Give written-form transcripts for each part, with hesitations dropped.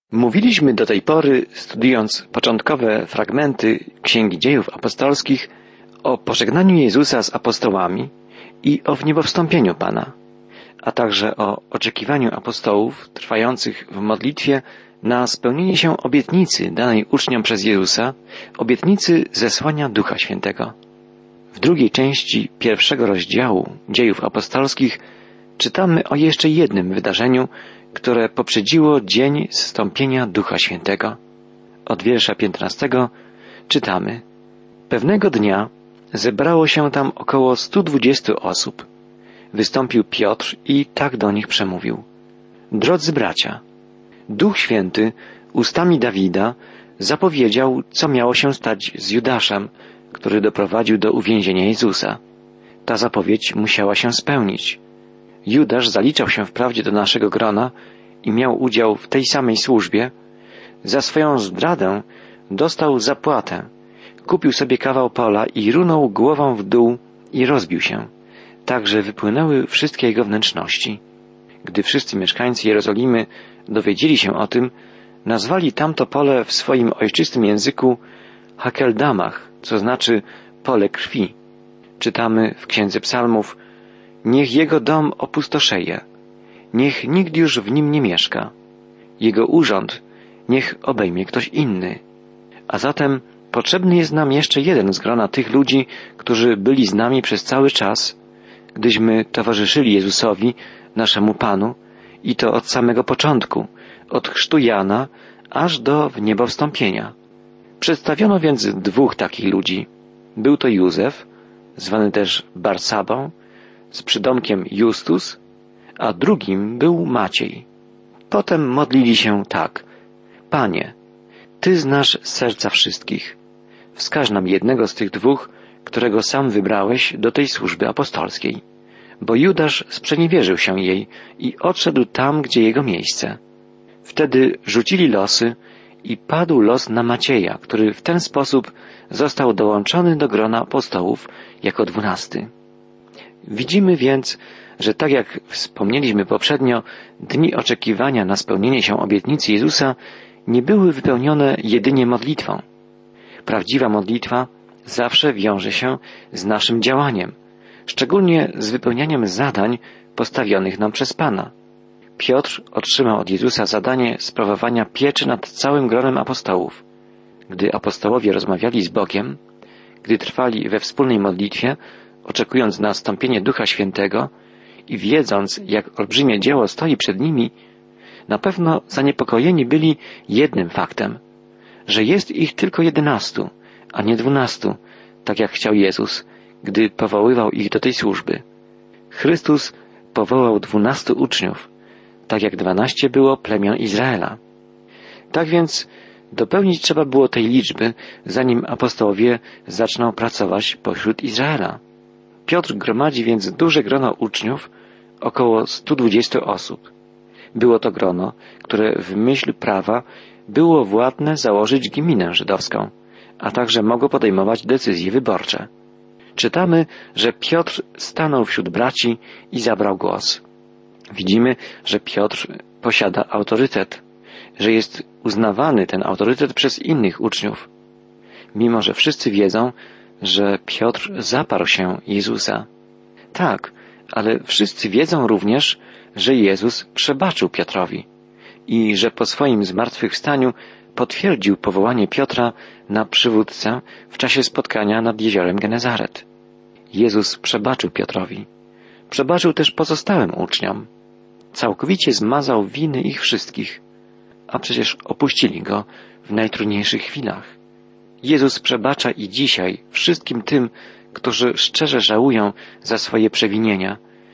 Mówiliśmy do tej pory, studiując początkowe fragmenty Księgi Dziejów Apostolskich, o pożegnaniu Jezusa z apostołami i o wniebowstąpieniu Pana, a także o oczekiwaniu apostołów trwających w modlitwie na spełnienie się obietnicy danej uczniom przez Jezusa, obietnicy zesłania Ducha Świętego. W drugiej części pierwszego rozdziału Dziejów Apostolskich czytamy o jeszcze jednym wydarzeniu, które poprzedziło dzień zstąpienia Ducha Świętego. Od wiersza 15 czytamy: Pewnego dnia zebrało się tam około 120 osób. Wystąpił Piotr i tak do nich przemówił: Drodzy bracia, Duch Święty ustami Dawida zapowiedział, co miało się stać z Judaszem, który doprowadził do uwięzienia Jezusa. Ta zapowiedź musiała się spełnić. Judasz zaliczał się wprawdzie do naszego grona i miał udział w tej samej służbie. Za swoją zdradę dostał zapłatę. Kupił sobie kawał pola i runął głową w dół i rozbił się. Także wypłynęły wszystkie jego wnętrzności. Gdy wszyscy mieszkańcy Jerozolimy dowiedzieli się o tym, nazwali tamto pole w swoim ojczystym języku Hakeldamach, co znaczy pole krwi. Czytamy w Księdze Psalmów: Niech jego dom opustoszeje, niech nikt już w nim nie mieszka. Jego urząd niech obejmie ktoś inny. A zatem potrzebny jest nam jeszcze jeden z grona tych ludzi, którzy byli z nami przez cały czas, gdyśmy towarzyszyli Jezusowi, naszemu Panu, i to od samego początku, od chrztu Jana aż do wniebowstąpienia. Przedstawiono więc dwóch takich ludzi. Był to Józef, zwany też Barsabą, z przydomkiem Justus, a drugim był Maciej. Potem modlili się tak: Panie, Ty znasz serca wszystkich. Wskaż nam jednego z tych dwóch, którego sam wybrałeś do tej służby apostolskiej. Bo Judasz sprzeniewierzył się jej i odszedł tam, gdzie jego miejsce. Wtedy rzucili losy i padł los na Macieja, który w ten sposób został dołączony do grona apostołów jako 12. Widzimy więc, że tak jak wspomnieliśmy poprzednio, dni oczekiwania na spełnienie się obietnicy Jezusa nie były wypełnione jedynie modlitwą. Prawdziwa modlitwa zawsze wiąże się z naszym działaniem, szczególnie z wypełnianiem zadań postawionych nam przez Pana. Piotr otrzymał od Jezusa zadanie sprawowania pieczy nad całym gronem apostołów. Gdy apostołowie rozmawiali z Bogiem, gdy trwali we wspólnej modlitwie, oczekując na zstąpienie Ducha Świętego i wiedząc, jak olbrzymie dzieło stoi przed nimi, na pewno zaniepokojeni byli jednym faktem, że jest ich tylko 11, a nie 12, tak jak chciał Jezus, gdy powoływał ich do tej służby. Chrystus powołał 12 uczniów, tak jak 12 było plemion Izraela. Tak więc dopełnić trzeba było tej liczby, zanim apostołowie zaczną pracować pośród Izraela. Piotr gromadzi więc duże grono uczniów, około 120 osób. Było to grono, które w myśl prawa było władne założyć gminę żydowską, a także mogło podejmować decyzje wyborcze. Czytamy, że Piotr stanął wśród braci i zabrał głos. Widzimy, że Piotr posiada autorytet, że jest uznawany ten autorytet przez innych uczniów. Mimo że wszyscy wiedzą, że Piotr zaparł się Jezusa. Tak, ale wszyscy wiedzą również, że Jezus przebaczył Piotrowi i że po swoim zmartwychwstaniu potwierdził powołanie Piotra na przywódcę w czasie spotkania nad jeziorem Genezaret. Jezus przebaczył Piotrowi. Przebaczył też pozostałym uczniom. Całkowicie zmazał winy ich wszystkich, a przecież opuścili Go w najtrudniejszych chwilach. Jezus przebacza i dzisiaj wszystkim tym, którzy szczerze żałują za swoje przewinienia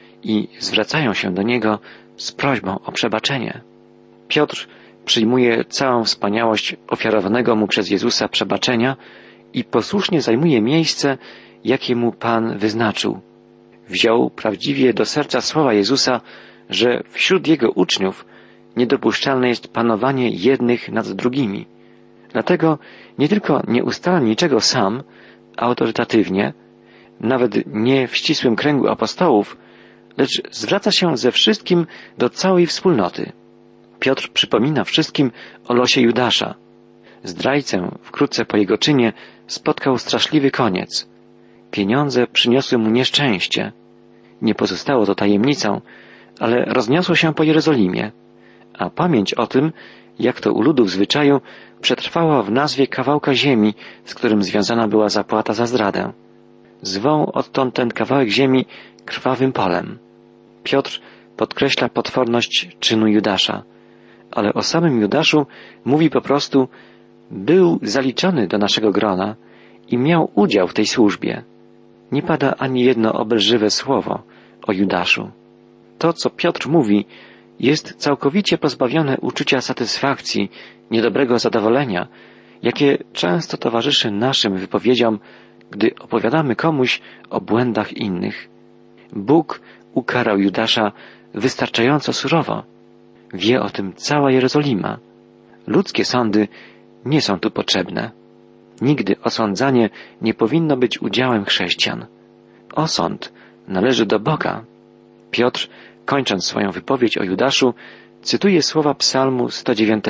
i zwracają się do Niego z prośbą o przebaczenie. Piotr przyjmuje całą wspaniałość ofiarowanego mu przez Jezusa przebaczenia i posłusznie zajmuje miejsce, jakie mu Pan wyznaczył. Wziął prawdziwie do serca słowa Jezusa, że wśród Jego uczniów niedopuszczalne jest panowanie jednych nad drugimi. Dlatego nie tylko nie ustala niczego sam, autorytatywnie, nawet nie w ścisłym kręgu apostołów, lecz zwraca się ze wszystkim do całej wspólnoty. Piotr przypomina wszystkim o losie Judasza. Zdrajcę wkrótce po jego czynie spotkał straszliwy koniec. Pieniądze przyniosły mu nieszczęście. Nie pozostało to tajemnicą, ale rozniosło się po Jerozolimie, a pamięć o tym, jak to u ludu w zwyczaju, przetrwała w nazwie kawałka ziemi, z którym związana była zapłata za zdradę. Zwą odtąd ten kawałek ziemi krwawym polem. Piotr podkreśla potworność czynu Judasza, ale o samym Judaszu mówi po prostu: był zaliczony do naszego grona i miał udział w tej służbie. Nie pada ani jedno obelżywe słowo o Judaszu. To, co Piotr mówi, jest całkowicie pozbawione uczucia satysfakcji, niedobrego zadowolenia, jakie często towarzyszy naszym wypowiedziom, gdy opowiadamy komuś o błędach innych. Bóg ukarał Judasza wystarczająco surowo. Wie o tym cała Jerozolima. Ludzkie sądy nie są tu potrzebne. Nigdy osądzanie nie powinno być udziałem chrześcijan. Osąd należy do Boga. Piotr, kończąc swoją wypowiedź o Judaszu, cytuje słowa Psalmu 109,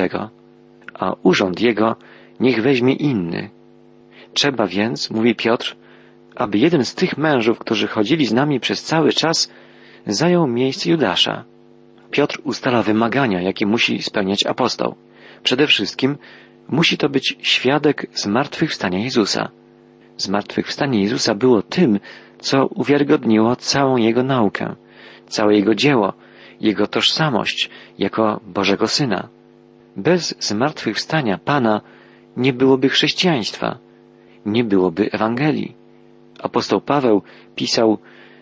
a urząd jego niech weźmie inny. Trzeba więc, mówi Piotr, aby jeden z tych mężów, którzy chodzili z nami przez cały czas, zajął miejsce Judasza. Piotr ustala wymagania, jakie musi spełniać apostoł. Przede wszystkim musi to być świadek zmartwychwstania Jezusa. Zmartwychwstanie Jezusa było tym, co uwiarygodniło całą Jego naukę, całe Jego dzieło, Jego tożsamość jako Bożego Syna. Bez zmartwychwstania Pana nie byłoby chrześcijaństwa, nie byłoby Ewangelii. Apostoł Paweł pisał: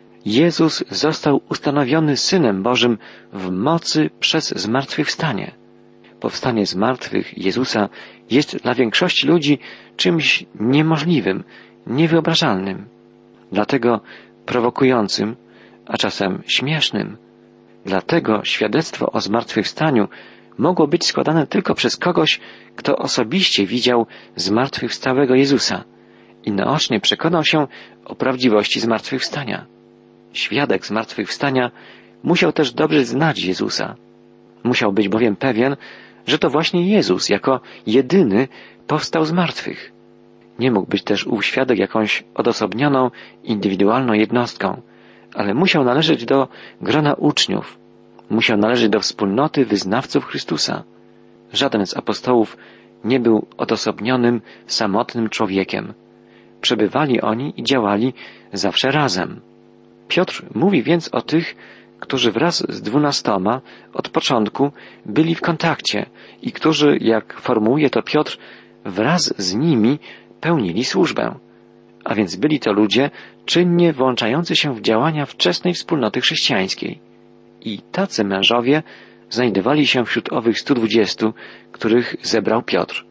Jezus został ustanowiony Synem Bożym w mocy przez zmartwychwstanie. Powstanie z martwych Jezusa jest dla większości ludzi czymś niemożliwym, niewyobrażalnym. Dlatego prowokującym, a czasem śmiesznym. Dlatego świadectwo o zmartwychwstaniu mogło być składane tylko przez kogoś, kto osobiście widział zmartwychwstałego Jezusa i naocznie przekonał się o prawdziwości zmartwychwstania. Świadek zmartwychwstania musiał też dobrze znać Jezusa. Musiał być bowiem pewien, że to właśnie Jezus jako jedyny powstał z martwych. Nie mógł być też ów świadek jakąś odosobnioną, indywidualną jednostką, ale musiał należeć do grona uczniów. Musiał należeć do wspólnoty wyznawców Chrystusa. Żaden z apostołów nie był odosobnionym, samotnym człowiekiem. Przebywali oni i działali zawsze razem. Piotr mówi więc o tych, którzy wraz z 12 od początku byli w kontakcie i którzy, jak formułuje to Piotr, wraz z nimi pełnili służbę. A więc byli to ludzie czynnie włączający się w działania wczesnej wspólnoty chrześcijańskiej. I tacy mężowie znajdowali się wśród owych 120, których zebrał Piotr.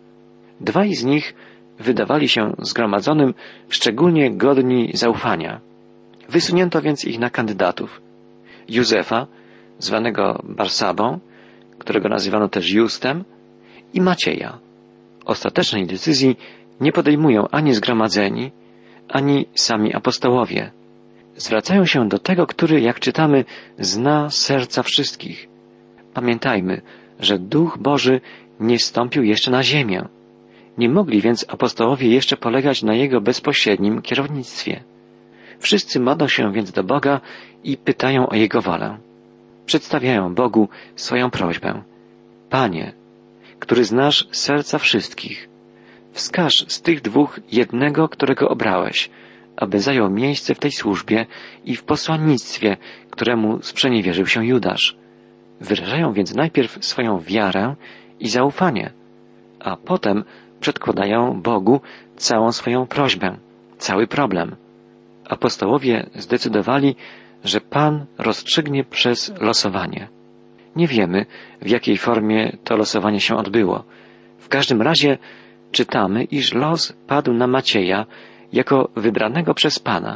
2 z nich wydawali się zgromadzonym szczególnie godni zaufania. Wysunięto więc ich na kandydatów. Józefa, zwanego Barsabą, którego nazywano też Justem, i Macieja. Ostatecznej decyzji nie podejmują ani zgromadzeni, ani sami apostołowie. Zwracają się do tego, który, jak czytamy, zna serca wszystkich. Pamiętajmy, że Duch Boży nie wstąpił jeszcze na ziemię. Nie mogli więc apostołowie jeszcze polegać na Jego bezpośrednim kierownictwie. Wszyscy modlą się więc do Boga i pytają o Jego wolę. Przedstawiają Bogu swoją prośbę. Panie, który znasz serca wszystkich, wskaż z tych 2 jednego, którego obrałeś, aby zajął miejsce w tej służbie i w posłannictwie, któremu sprzeniewierzył się Judasz. Wyrażają więc najpierw swoją wiarę i zaufanie, a potem przedkładają Bogu całą swoją prośbę, cały problem. Apostołowie zdecydowali, że Pan rozstrzygnie przez losowanie. Nie wiemy, w jakiej formie to losowanie się odbyło. W każdym razie czytamy, iż los padł na Macieja jako wybranego przez Pana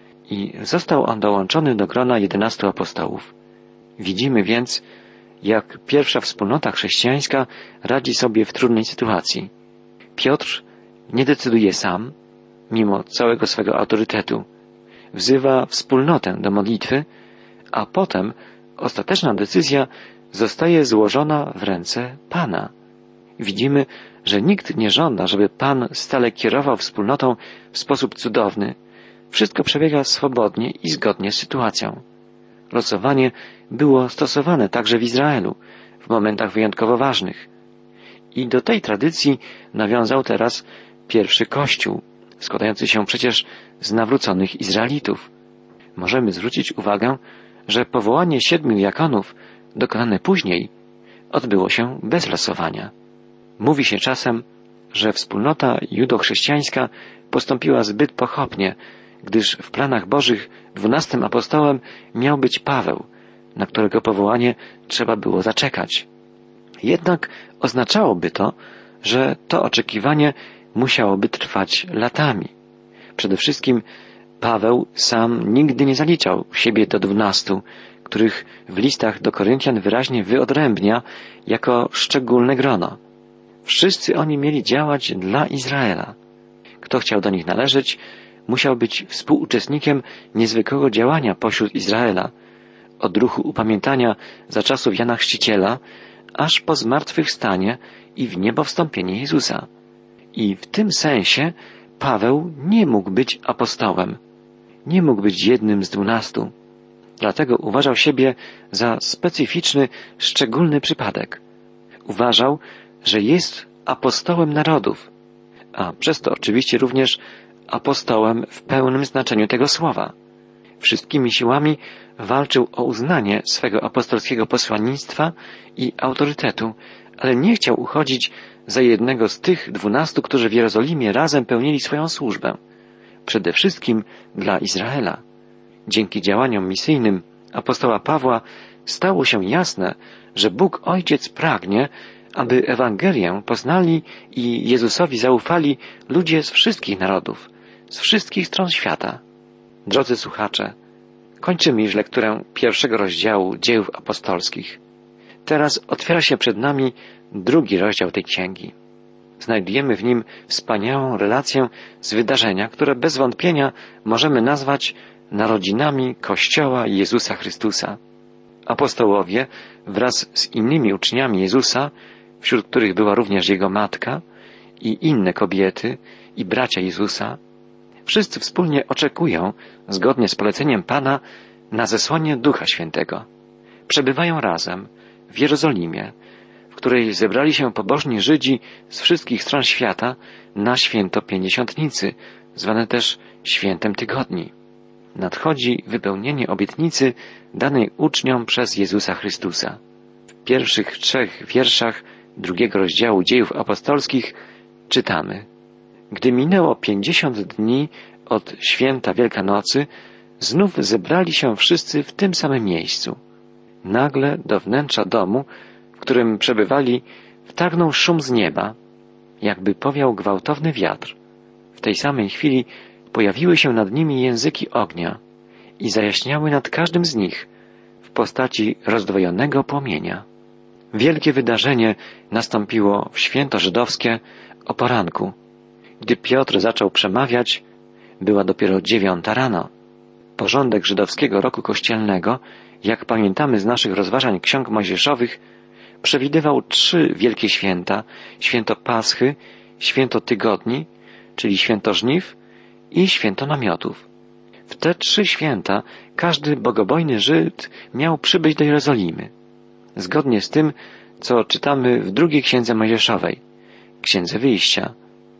i został on dołączony do grona 11 apostołów. Widzimy więc, jak pierwsza wspólnota chrześcijańska radzi sobie w trudnej sytuacji. Piotr nie decyduje sam, mimo całego swego autorytetu. Wzywa wspólnotę do modlitwy, a potem ostateczna decyzja zostaje złożona w ręce Pana. Widzimy, że nikt nie żąda, żeby Pan stale kierował wspólnotą w sposób cudowny. Wszystko przebiega swobodnie i zgodnie z sytuacją. Losowanie było stosowane także w Izraelu w momentach wyjątkowo ważnych. I do tej tradycji nawiązał teraz pierwszy Kościół, składający się przecież z nawróconych Izraelitów. Możemy zwrócić uwagę, że powołanie 7 diakonów, dokonane później, odbyło się bez losowania. Mówi się czasem, że wspólnota judochrześcijańska postąpiła zbyt pochopnie, gdyż w planach Bożych 12 apostołem miał być Paweł, na którego powołanie trzeba było zaczekać. Jednak oznaczałoby to, że to oczekiwanie musiałoby trwać latami. Przede wszystkim Paweł sam nigdy nie zaliczał siebie do 12, których w listach do Koryntian wyraźnie wyodrębnia jako szczególne grono. Wszyscy oni mieli działać dla Izraela. Kto chciał do nich należeć, musiał być współuczestnikiem niezwykłego działania pośród Izraela, od ruchu upamiętania za czasów Jana Chrzciciela, aż po zmartwychwstanie i w niebo wstąpienie Jezusa. I w tym sensie Paweł nie mógł być apostołem, nie mógł być jednym z 12. Dlatego uważał siebie za specyficzny, szczególny przypadek. Uważał, że jest apostołem narodów, a przez to oczywiście również apostołem w pełnym znaczeniu tego słowa. Wszystkimi siłami walczył o uznanie swego apostolskiego posłannictwa i autorytetu, ale nie chciał uchodzić za jednego z tych 12, którzy w Jerozolimie razem pełnili swoją służbę. Przede wszystkim dla Izraela. Dzięki działaniom misyjnym apostoła Pawła stało się jasne, że Bóg Ojciec pragnie, aby Ewangelię poznali i Jezusowi zaufali ludzie z wszystkich narodów, z wszystkich stron świata. Drodzy słuchacze, kończymy już lekturę 1 rozdziału Dziejów Apostolskich. Teraz otwiera się przed nami 2 rozdział tej księgi. Znajdujemy w nim wspaniałą relację z wydarzenia, które bez wątpienia możemy nazwać narodzinami Kościoła Jezusa Chrystusa. Apostołowie wraz z innymi uczniami Jezusa, wśród których była również Jego matka i inne kobiety i bracia Jezusa, wszyscy wspólnie oczekują, zgodnie z poleceniem Pana, na zesłanie Ducha Świętego. Przebywają razem w Jerozolimie, w której zebrali się pobożni Żydzi z wszystkich stron świata na święto Pięćdziesiątnicy, zwane też Świętem Tygodni. Nadchodzi wypełnienie obietnicy danej uczniom przez Jezusa Chrystusa. W pierwszych 3 wierszach 2 rozdziału Dziejów Apostolskich czytamy: Gdy minęło 50 dni od święta Wielkanocy, znów zebrali się wszyscy w tym samym miejscu. Nagle do wnętrza domu, w którym przebywali, wtargnął szum z nieba, jakby powiał gwałtowny wiatr. W tej samej chwili pojawiły się nad nimi języki ognia i zajaśniały nad każdym z nich w postaci rozdwojonego płomienia. Wielkie wydarzenie nastąpiło w święto żydowskie o poranku. Gdy Piotr zaczął przemawiać, była dopiero 9 rano. Porządek żydowskiego roku kościelnego, jak pamiętamy z naszych rozważań ksiąg mojżeszowych, przewidywał 3 wielkie święta: święto Paschy, święto Tygodni, czyli święto żniw, i święto namiotów. W te 3 święta każdy bogobojny Żyd miał przybyć do Jerozolimy. Zgodnie z tym, co czytamy w 2 księdze mojżeszowej, księdze Wyjścia.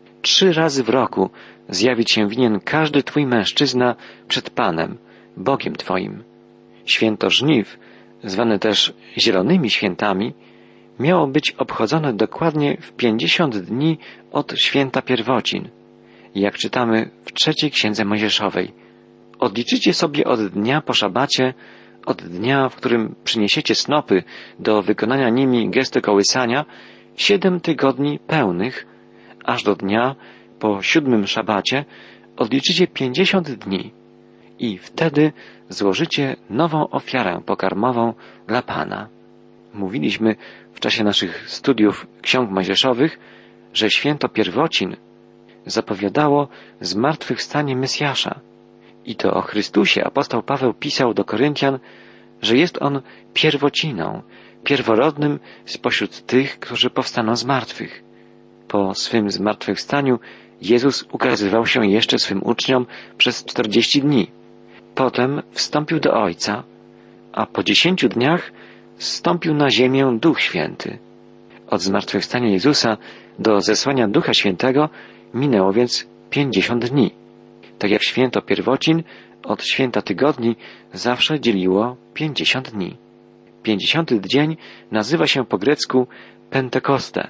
3 razy w roku zjawić się winien każdy twój mężczyzna przed Panem, Bogiem twoim. Święto żniw, zwane też zielonymi świętami, miało być obchodzone dokładnie w 50 dni od święta pierwocin, jak czytamy w 3 księdze mojżeszowej. Odliczycie sobie od dnia po szabacie, od dnia, w którym przyniesiecie snopy do wykonania nimi gestu kołysania, 7 tygodni pełnych, aż do dnia po 7 szabacie odliczycie 50 dni i wtedy złożycie nową ofiarę pokarmową dla Pana. Mówiliśmy w czasie naszych studiów ksiąg mojżeszowych, że święto pierwocin zapowiadało zmartwychwstanie Mesjasza. I to o Chrystusie apostoł Paweł pisał do Koryntian, że jest On pierwociną, pierworodnym spośród tych, którzy powstaną z martwych. Po swym zmartwychwstaniu Jezus ukazywał się jeszcze swym uczniom przez 40 dni. Potem wstąpił do Ojca, a po 10 dniach zstąpił na ziemię Duch Święty. Od zmartwychwstania Jezusa do zesłania Ducha Świętego minęło więc 50 dni. Tak jak święto pierwocin od święta tygodni zawsze dzieliło 50 dni. 50. dzień nazywa się po grecku Pentekoste.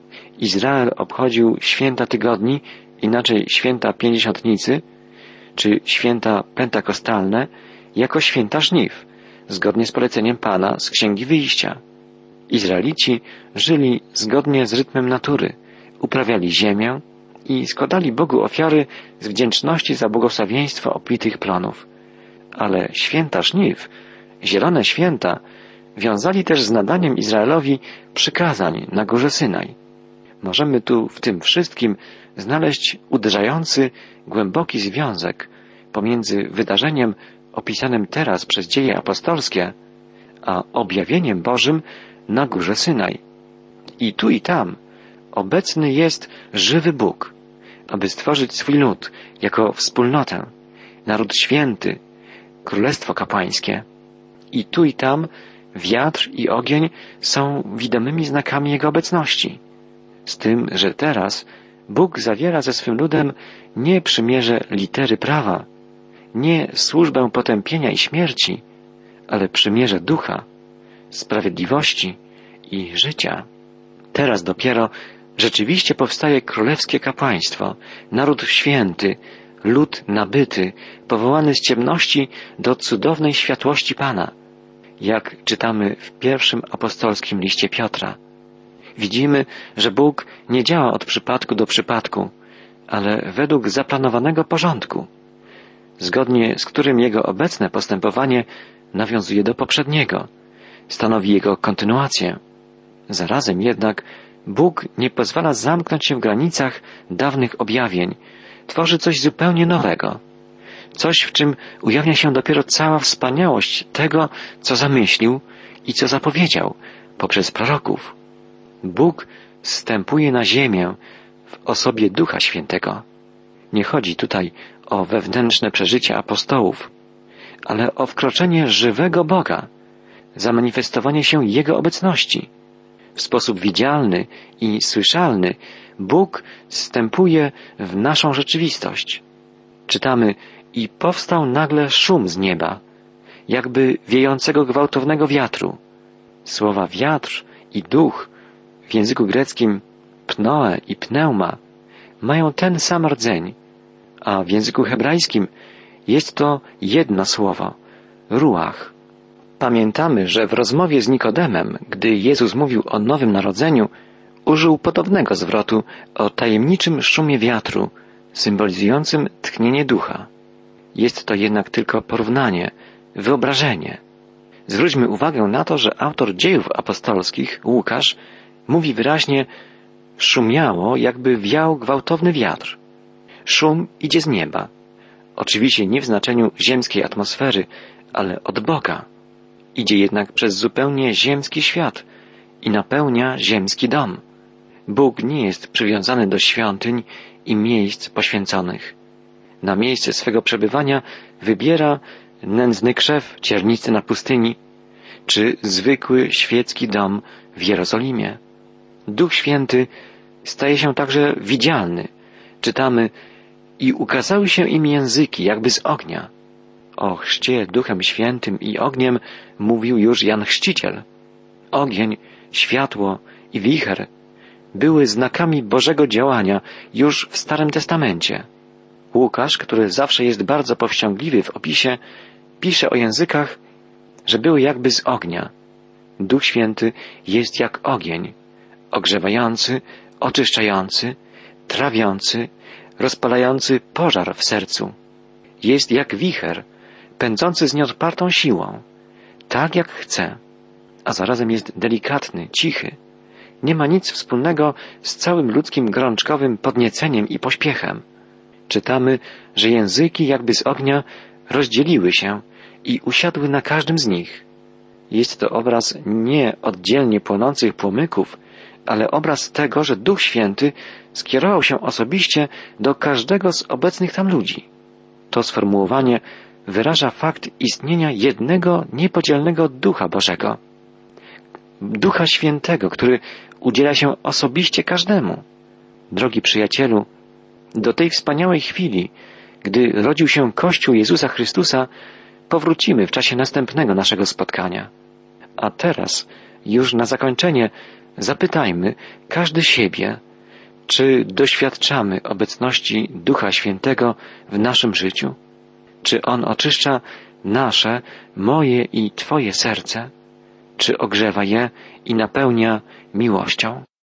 Izrael obchodził święta tygodni, inaczej święta pięćdziesiątnicy, czy święta pentakostalne, jako święta żniw, zgodnie z poleceniem Pana z Księgi Wyjścia. Izraelici żyli zgodnie z rytmem natury, uprawiali ziemię i składali Bogu ofiary z wdzięczności za błogosławieństwo obfitych plonów. Ale święta żniw, zielone święta, wiązali też z nadaniem Izraelowi przykazań na górze Synaj. Możemy tu w tym wszystkim znaleźć uderzający, głęboki związek pomiędzy wydarzeniem opisanym teraz przez dzieje apostolskie, a objawieniem Bożym na górze Synaj. I tu i tam obecny jest żywy Bóg, aby stworzyć swój lud jako wspólnotę, naród święty, królestwo kapłańskie. I tu i tam wiatr i ogień są widomymi znakami Jego obecności. Z tym, że teraz Bóg zawiera ze swym ludem nie przymierze litery prawa, nie służbę potępienia i śmierci, ale przymierze ducha, sprawiedliwości i życia. Teraz dopiero rzeczywiście powstaje królewskie kapłaństwo, naród święty, lud nabyty, powołany z ciemności do cudownej światłości Pana, jak czytamy w pierwszym apostolskim liście Piotra. Widzimy, że Bóg nie działa od przypadku do przypadku, ale według zaplanowanego porządku, zgodnie z którym Jego obecne postępowanie nawiązuje do poprzedniego, stanowi jego kontynuację. Zarazem jednak Bóg nie pozwala zamknąć się w granicach dawnych objawień, tworzy coś zupełnie nowego, coś, w czym ujawnia się dopiero cała wspaniałość tego, co zamyślił i co zapowiedział poprzez proroków. Bóg zstępuje na ziemię w osobie Ducha Świętego. Nie chodzi tutaj o wewnętrzne przeżycie apostołów, ale o wkroczenie żywego Boga, zamanifestowanie się Jego obecności. W sposób widzialny i słyszalny Bóg zstępuje w naszą rzeczywistość. Czytamy: i powstał nagle szum z nieba, jakby wiejącego gwałtownego wiatru. Słowa wiatr i duch w języku greckim pnoe i pneuma mają ten sam rdzeń, a w języku hebrajskim jest to jedno słowo — ruach. Pamiętamy, że w rozmowie z Nikodemem, gdy Jezus mówił o nowym narodzeniu, użył podobnego zwrotu o tajemniczym szumie wiatru, symbolizującym tchnienie ducha. Jest to jednak tylko porównanie, wyobrażenie. Zwróćmy uwagę na to, że autor Dziejów Apostolskich, Łukasz, mówi wyraźnie: szumiało, jakby wiał gwałtowny wiatr. Szum idzie z nieba. Oczywiście nie w znaczeniu ziemskiej atmosfery, ale od Boga. Idzie jednak przez zupełnie ziemski świat i napełnia ziemski dom. Bóg nie jest przywiązany do świątyń i miejsc poświęconych. Na miejsce swego przebywania wybiera nędzny krzew ciernisty na pustyni, czy zwykły świecki dom w Jerozolimie. Duch Święty staje się także widzialny. Czytamy: i ukazały się im języki jakby z ognia. O chrzcie Duchem Świętym i ogniem mówił już Jan Chrzciciel. Ogień, światło i wicher były znakami Bożego działania już w Starym Testamencie. Łukasz, który zawsze jest bardzo powściągliwy w opisie, pisze o językach, że były jakby z ognia. Duch Święty jest jak ogień, ogrzewający, oczyszczający, trawiący, rozpalający pożar w sercu. Jest jak wicher, pędzący z nieodpartą siłą, tak jak chce, a zarazem jest delikatny, cichy. Nie ma nic wspólnego z całym ludzkim gorączkowym podnieceniem i pośpiechem. Czytamy, że języki jakby z ognia rozdzieliły się i usiadły na każdym z nich. Jest to obraz nie oddzielnie płonących płomyków, ale obraz tego, że Duch Święty skierował się osobiście do każdego z obecnych tam ludzi. To sformułowanie wyraża fakt istnienia jednego niepodzielnego Ducha Bożego. Ducha Świętego, który udziela się osobiście każdemu. Drogi przyjacielu, do tej wspaniałej chwili, gdy rodził się Kościół Jezusa Chrystusa, powrócimy w czasie następnego naszego spotkania. A teraz, już na zakończenie, zapytajmy każdy siebie, czy doświadczamy obecności Ducha Świętego w naszym życiu? Czy On oczyszcza nasze, moje i Twoje serce? Czy ogrzewa je i napełnia miłością?